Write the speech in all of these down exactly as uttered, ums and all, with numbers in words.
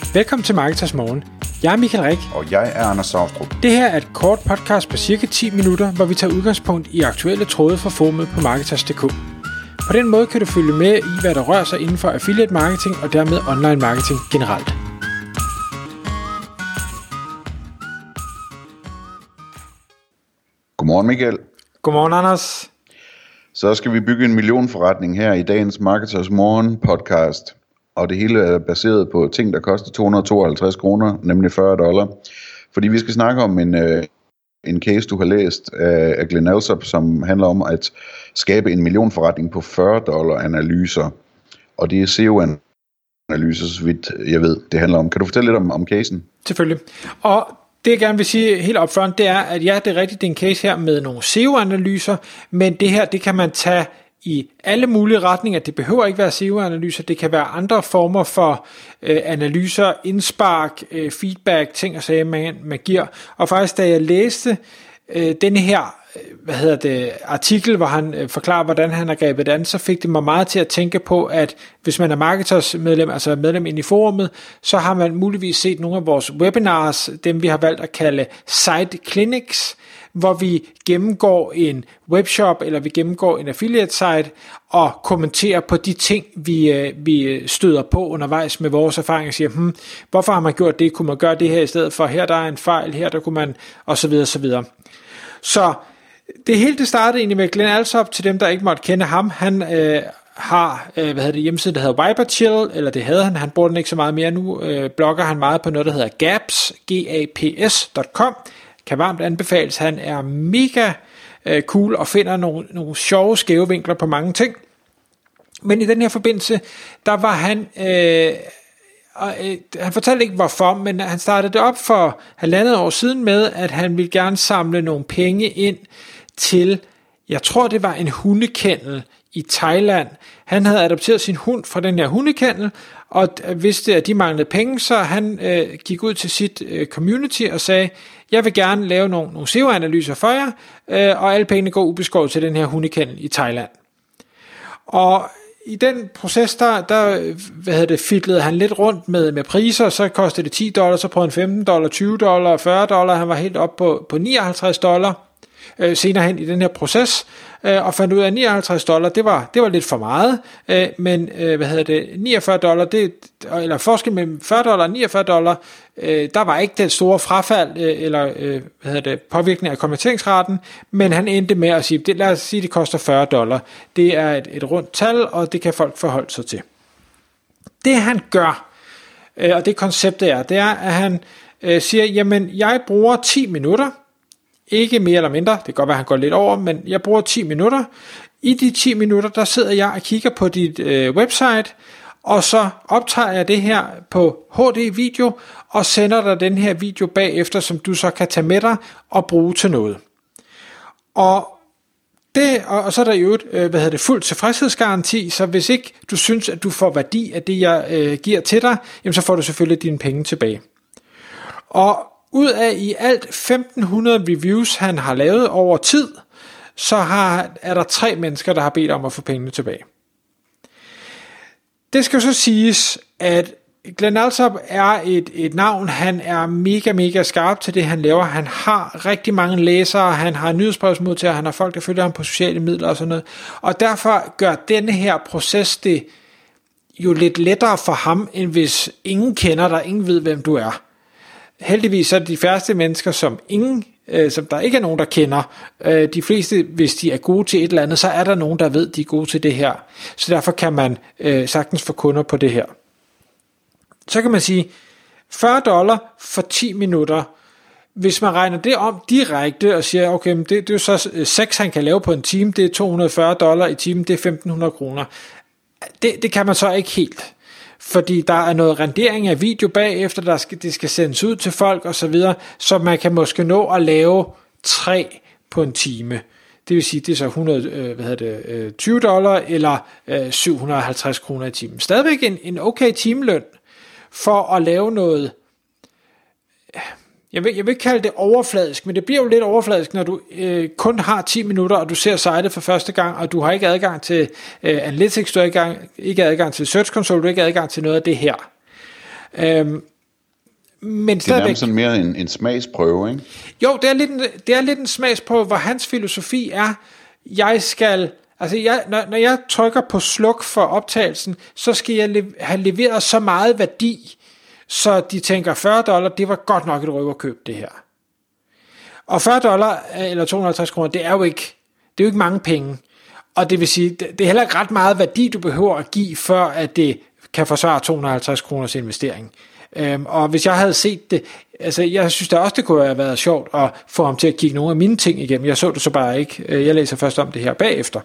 Velkommen til Marketers Morgen. Jeg er Michael Rik. Og jeg er Anders Saustrup. Det her er et kort podcast på cirka ti minutter, hvor vi tager udgangspunkt i aktuelle tråde fra forumet på Marketers punktum d k. På den måde kan du følge med i, hvad der rører sig inden for affiliate marketing og dermed online marketing generelt. Godmorgen Michael. Godmorgen Anders. Så skal vi bygge en millionforretning her i dagens Marketers Morgen podcast. Og det hele er baseret på ting, der koster to hundrede og tooghalvtreds kroner, nemlig fyrre dollar. Fordi vi skal snakke om en, øh, en case, du har læst af, af Glenn Alsop, som handler om at skabe en millionforretning på fyrre dollar analyser. Og det er S E O-analyser, så vidt jeg ved, det handler om. Kan du fortælle lidt om, om casen? Selvfølgelig. Og det jeg gerne vil sige helt upfront, det er, at ja, det er rigtigt, det er en case her med nogle S E O-analyser, men det her, det kan man tage i alle mulige retninger. Det behøver ikke være S E O-analyser, det kan være andre former for øh, analyser, indspark, øh, feedback, ting og sager, man, man giver. Og faktisk, da jeg læste øh, denne her hvad hedder det, artikel, hvor han øh, forklarer, hvordan han har grebet det an, så fik det mig meget til at tænke på, at hvis man er Marketers medlem, altså medlem inde i forumet, så har man muligvis set nogle af vores webinars, dem vi har valgt at kalde Site Clinics, hvor vi gennemgår en webshop, eller vi gennemgår en affiliate site, og kommenterer på de ting, vi, vi støder på undervejs med vores erfaring, og siger, hmm, hvorfor har man gjort det, kunne man gøre det her i stedet for, her der er en fejl, her der kunne man, og så videre, så videre. Så det hele det startede egentlig med Glenn Alsop, til dem der ikke måtte kende ham. Han øh, har øh, hvad hedder det, hjemmeside, der hedder Viberchill, eller det havde han, han bruger den ikke så meget mere nu, øh, blogger han meget på noget, der hedder Gaps, G A P S punktum com, kan varmt anbefales, han er mega øh, cool, og finder nogle, nogle sjove, skæve vinkler på mange ting. Men i den her forbindelse, der var han, øh, og, øh, han fortalte ikke hvorfor, men han startede det op for halvandet år siden med, at han ville gerne samle nogle penge ind til, jeg tror det var en hundekennel i Thailand. Han havde adopteret sin hund fra den her hundekennel, og vidste, at de manglede penge, så han øh, gik ud til sit øh, community og sagde, jeg vil gerne lave nogle, nogle S E O-analyser for jer, øh, og alle pengene går ubeskåret til den her hundekennel i Thailand. Og i den proces, der, der hvad hedder det, fiddlede han lidt rundt med, med priser, så kostede det ti dollar, så prøvede han femten dollar, tyve dollar, fyrre dollar, han var helt op på, på nioghalvtreds dollar øh, senere hen i den her proces, øh, og fandt ud af, at nioghalvtreds dollar, det var, det var lidt for meget, øh, men øh, hvad hedder det, niogfyrre dollar, det, eller forskel mellem fyrre dollar og niogfyrre dollar, øh, der var ikke den store frafald, øh, eller øh, hvad hedder det, påvirkning af konverteringsraten, men han endte med at sige, det, lad os sige, det koster fyrre dollar, det er et, et rundt tal, og det kan folk forholde sig til. Det han gør, øh, og det konceptet er, det er, at han øh, siger, jamen, jeg bruger ti minutter, ikke mere eller mindre, det kan godt være, at han går lidt over, men jeg bruger ti minutter. I de ti minutter, der sidder jeg og kigger på dit øh, website, og så optager jeg det her på H D-video, og sender dig den her video bagefter, som du så kan tage med dig og bruge til noget. Og det, og så er der jo et, øh, hvad hedder det, fuld tilfredshedsgaranti, så hvis ikke du synes, at du får værdi af det, jeg øh, giver til dig, jamen så får du selvfølgelig dine penge tilbage. Og ud af i alt femten hundrede reviews, han har lavet over tid, så har, er der tre mennesker, der har bedt om at få pengene tilbage. Det skal jo så siges, at Glenn Alsop er et, et navn, han er mega, mega skarp til det, han laver. Han har rigtig mange læsere, han har nyhedsbrevsmodtagere, han har folk, der følger ham på sociale midler og sådan noget. Og derfor gør denne her proces det jo lidt lettere for ham, end hvis ingen kender dig, ingen ved, hvem du er. Heldigvis er det de færreste mennesker, som ingen, øh, som der ikke er nogen, der kender. Øh, de fleste, hvis de er gode til et eller andet, så er der nogen, der ved, de er gode til det her. Så derfor kan man øh, sagtens få kunder på det her. Så kan man sige, fyrre dollar for ti minutter. Hvis man regner det om direkte og siger, okay, det, det er jo så seks, han kan lave på en time, det er to hundrede og fyrre dollar i timen, det er femten hundrede kroner. Det, det kan man så ikke helt. Fordi der er noget rendering af video bagefter, der skal, det skal sendes ud til folk og så videre, så man kan måske nå at lave tre på en time. Det vil sige, det er så hundrede, øh, hvad hedder det, øh, tyve dollar eller øh, syv hundrede og halvtreds kroner i timen. Stadigvæk en, en okay timeløn for at lave noget, jeg vil, jeg vil ikke kalde det overfladisk, men det bliver jo lidt overfladisk, når du øh, kun har ti minutter, og du ser sitet for første gang, og du har ikke adgang til øh, Analytics, du har ikke, ikke adgang til Search Console, du har ikke adgang til noget af det her. Øhm, Men det er nærmest sådan mere en, en smagsprøve, ikke? Jo, det er, lidt en, det er lidt en smagsprøve, hvor hans filosofi er, jeg skal, altså jeg, når, når jeg trykker på sluk for optagelsen, så skal jeg le, have leveret så meget værdi, så de tænker fyrre dollar, det var godt nok et røverkøb, det her. Og fyrre dollar eller to hundrede og halvtreds kroner, det er jo ikke, det er jo ikke mange penge. Og det vil sige, det er heller ikke ret meget værdi, du behøver at give, før at det kan forsvare to hundrede og halvtreds kroners investering. Øhm, og hvis jeg havde set det, altså jeg synes da også, det kunne have været sjovt at få ham til at kigge nogle af mine ting igennem. Jeg så det så bare ikke. Jeg læser først om det her bagefter.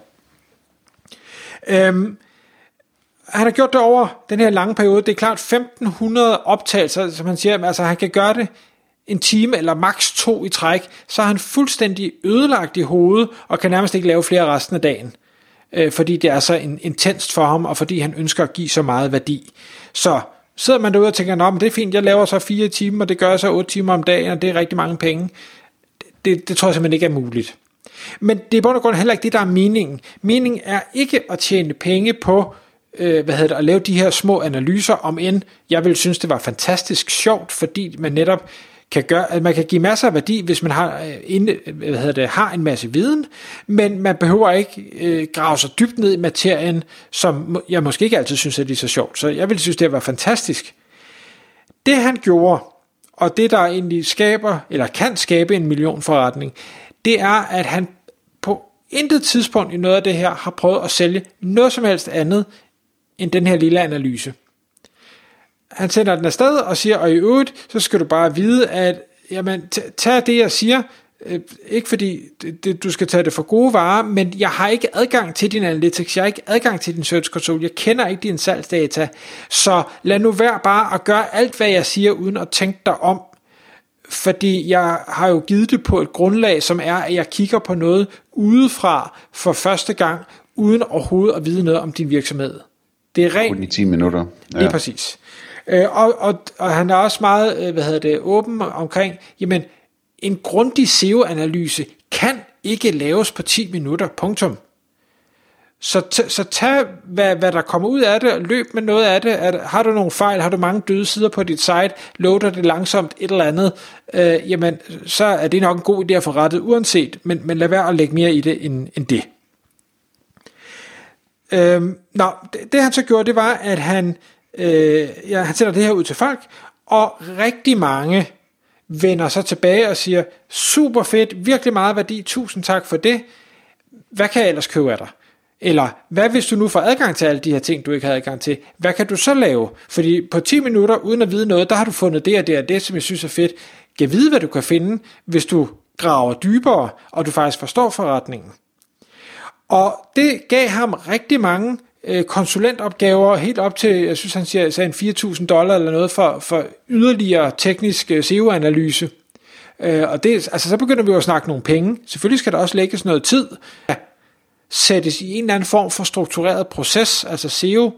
Øhm, han har gjort det over den her lange periode. Det er klart femten hundrede optagelser, som han siger, altså han kan gøre det en time eller maks to i træk, så er han fuldstændig ødelagt i hovedet, og kan nærmest ikke lave flere resten af dagen, øh, fordi det er så in- intenst for ham, og fordi han ønsker at give så meget værdi. Så sidder man derude og tænker, nå, men det er fint, jeg laver så fire timer, og det gør jeg så otte timer om dagen, og det er rigtig mange penge. Det, det tror jeg simpelthen ikke er muligt. Men det er i bund og grund heller ikke det, der er meningen. Meningen er ikke at tjene penge på, øh, hvad hedder det, at lave de her små analyser, om end jeg ville synes, det var fantastisk sjovt, fordi man netop kan gøre, at man kan give masser af værdi, hvis man har, inde, hvad hedder det, har en masse viden, men man behøver ikke øh, grave sig dybt ned i materien, som jeg måske ikke altid synes, at det er så sjovt. Så jeg ville synes, det var fantastisk. Det han gjorde, og det der egentlig skaber, eller kan skabe en millionforretning, det er, at han på intet tidspunkt i noget af det her har prøvet at sælge noget som helst andet end den her lille analyse. Han sender den afsted og siger, og i øvrigt, så skal du bare vide, at jamen, tag det, jeg siger, øh, ikke fordi det, det, du skal tage det for gode varer, men jeg har ikke adgang til din analytics, jeg har ikke adgang til din search console, jeg kender ikke din salgsdata, så lad nu være bare at gøre alt, hvad jeg siger, uden at tænke dig om, fordi jeg har jo givet det på et grundlag, som er, at jeg kigger på noget udefra for første gang, uden overhovedet at vide noget om din virksomhed. Det er rent... Kun i ti minutter. Ja. Lige præcis. Øh, og, og, og han er også meget, hvad hedder det, åben omkring, jamen, en grundig S E O-analyse kan ikke laves på ti minutter, punktum. Så, t- så tag, hvad, hvad der kommer ud af det, og løb med noget af det. At, har du nogle fejl, har du mange døde sider på dit site, loader det langsomt, et eller andet, øh, jamen, så er det nok en god idé at få rettet uanset, men, men lad være at lægge mere i det, end, end det. Øh, nå, det, det han så gjorde, det var, at han Øh, ja, han sender det her ud til folk, og rigtig mange vender så tilbage og siger, super fedt, virkelig meget værdi, tusind tak for det, hvad kan jeg ellers købe af dig? Eller, hvad hvis du nu får adgang til alle de her ting, du ikke har adgang til, hvad kan du så lave? Fordi på ti minutter, uden at vide noget, der har du fundet det og det og det, som jeg synes er fedt. Kan vide, hvad du kan finde, hvis du graver dybere, og du faktisk forstår forretningen. Og det gav ham rigtig mange konsulentopgaver helt op til, jeg synes han siger, sagde en fire tusind dollar eller noget for, for yderligere teknisk S E O-analyse. Øh, og det, altså så begynder vi jo at snakke nogle penge. Selvfølgelig skal der også lægges noget tid. Ja, sættes i en eller anden form for struktureret proces. Altså S E O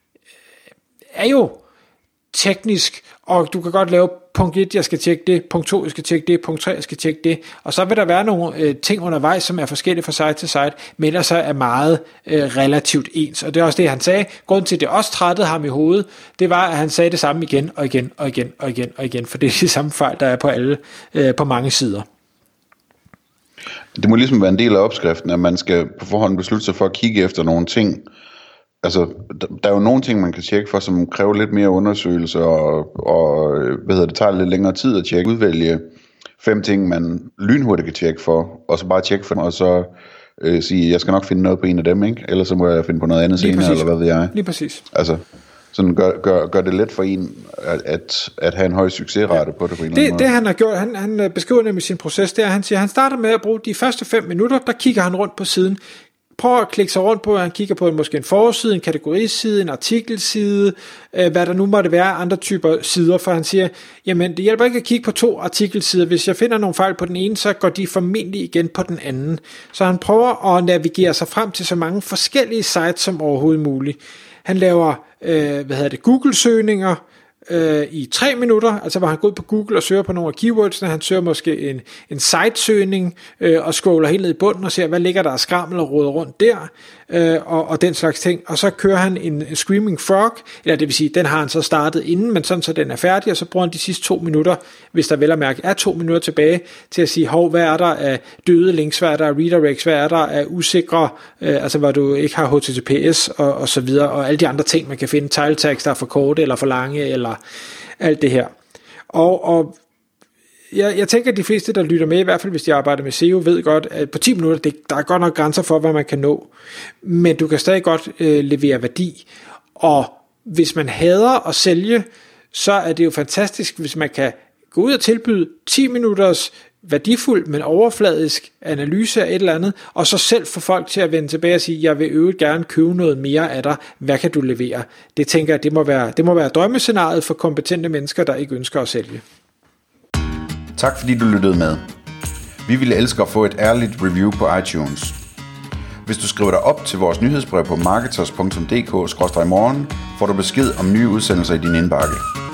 er jo teknisk, og du kan godt lave punkt et, jeg skal tjekke det, punkt to, jeg skal tjekke det, punkt tre, jeg skal tjekke det, og så vil der være nogle øh, ting undervejs, som er forskellige fra site til site, men der så er meget øh, relativt ens, og det er også det, han sagde. Grunden til, at det også trættede ham i hovedet, det var, at han sagde det samme igen, og igen, og igen, og igen, og igen, for det er de samme fejl, der er på alle, øh, på mange sider. Det må ligesom være en del af opskriften, at man skal på forhånd beslutte sig for at kigge efter nogle ting. Altså, der er jo nogle ting, man kan tjekke for, som kræver lidt mere undersøgelse, og, og hvad hedder det, tager lidt længere tid at tjekke. Udvælge fem ting, man lynhurtigt kan tjekke for, og så bare tjekke for dem, og så øh, sige, jeg skal nok finde noget på en af dem, ikke? Ellers så må jeg finde på noget andet senere, eller hvad ved jeg. Lige præcis. Altså, sådan gør, gør, gør det let for en, at, at, at have en høj succesrate ja. på det på en det, eller anden måde. Det han har gjort, han, han beskriver nemlig sin proces, det er, han siger, han starter med at bruge de første fem minutter, der kigger han rundt på siden, prøver at klikke sig rundt på, at han kigger på en, måske en forside, en kategoriside, en artikelside, øh, hvad der nu måtte være andre typer sider, for han siger, jamen det hjælper ikke at kigge på to artikelsider, hvis jeg finder nogle fejl på den ene, så går de formentlig igen på den anden. Så han prøver at navigere sig frem til så mange forskellige sites som overhovedet muligt. Han laver, øh, hvad hedder det, Google-søgninger, øh, i tre minutter, altså hvor han går ud på Google og søger på nogle af keywordsene, han søger måske en, en site-søgning øh, og scroller helt ned i bunden og ser, hvad ligger der af skrammel og råder rundt der. øh, og, og den slags ting, og så kører han en, en Screaming Frog, eller det vil sige, den har han så startet inden, men sådan så den er færdig, og så bruger han de sidste to minutter, hvis der vel at mærke er to minutter tilbage, til at sige, hov, hvad er der af døde links, hvad er der af redirects, hvad er der af usikre, øh, altså hvor du ikke har H T T P S, og, og så videre, og alle de andre ting, man kan finde, title tags, der er for korte, eller for lange, eller alt det her. Og, og Jeg, jeg tænker, at de fleste, der lytter med, i hvert fald hvis de arbejder med S E O, ved godt, at på ti minutter, det, der er godt nok grænser for, hvad man kan nå. Men du kan stadig godt øh, levere værdi. Og hvis man hader at sælge, så er det jo fantastisk, hvis man kan gå ud og tilbyde ti minutters værdifuld, men overfladisk analyse af et eller andet, og så selv få folk til at vende tilbage og sige, jeg vil øvrigt gerne købe noget mere af dig, hvad kan du levere? Det tænker jeg, det må være, det må være drømmescenariet for kompetente mennesker, der ikke ønsker at sælge. Tak fordi du lyttede med. Vi ville elske at få et ærligt review på iTunes. Hvis du skriver dig op til vores nyhedsbrev på marketers punktum d k skråstreg morgen, får du besked om nye udsendelser i din indbakke.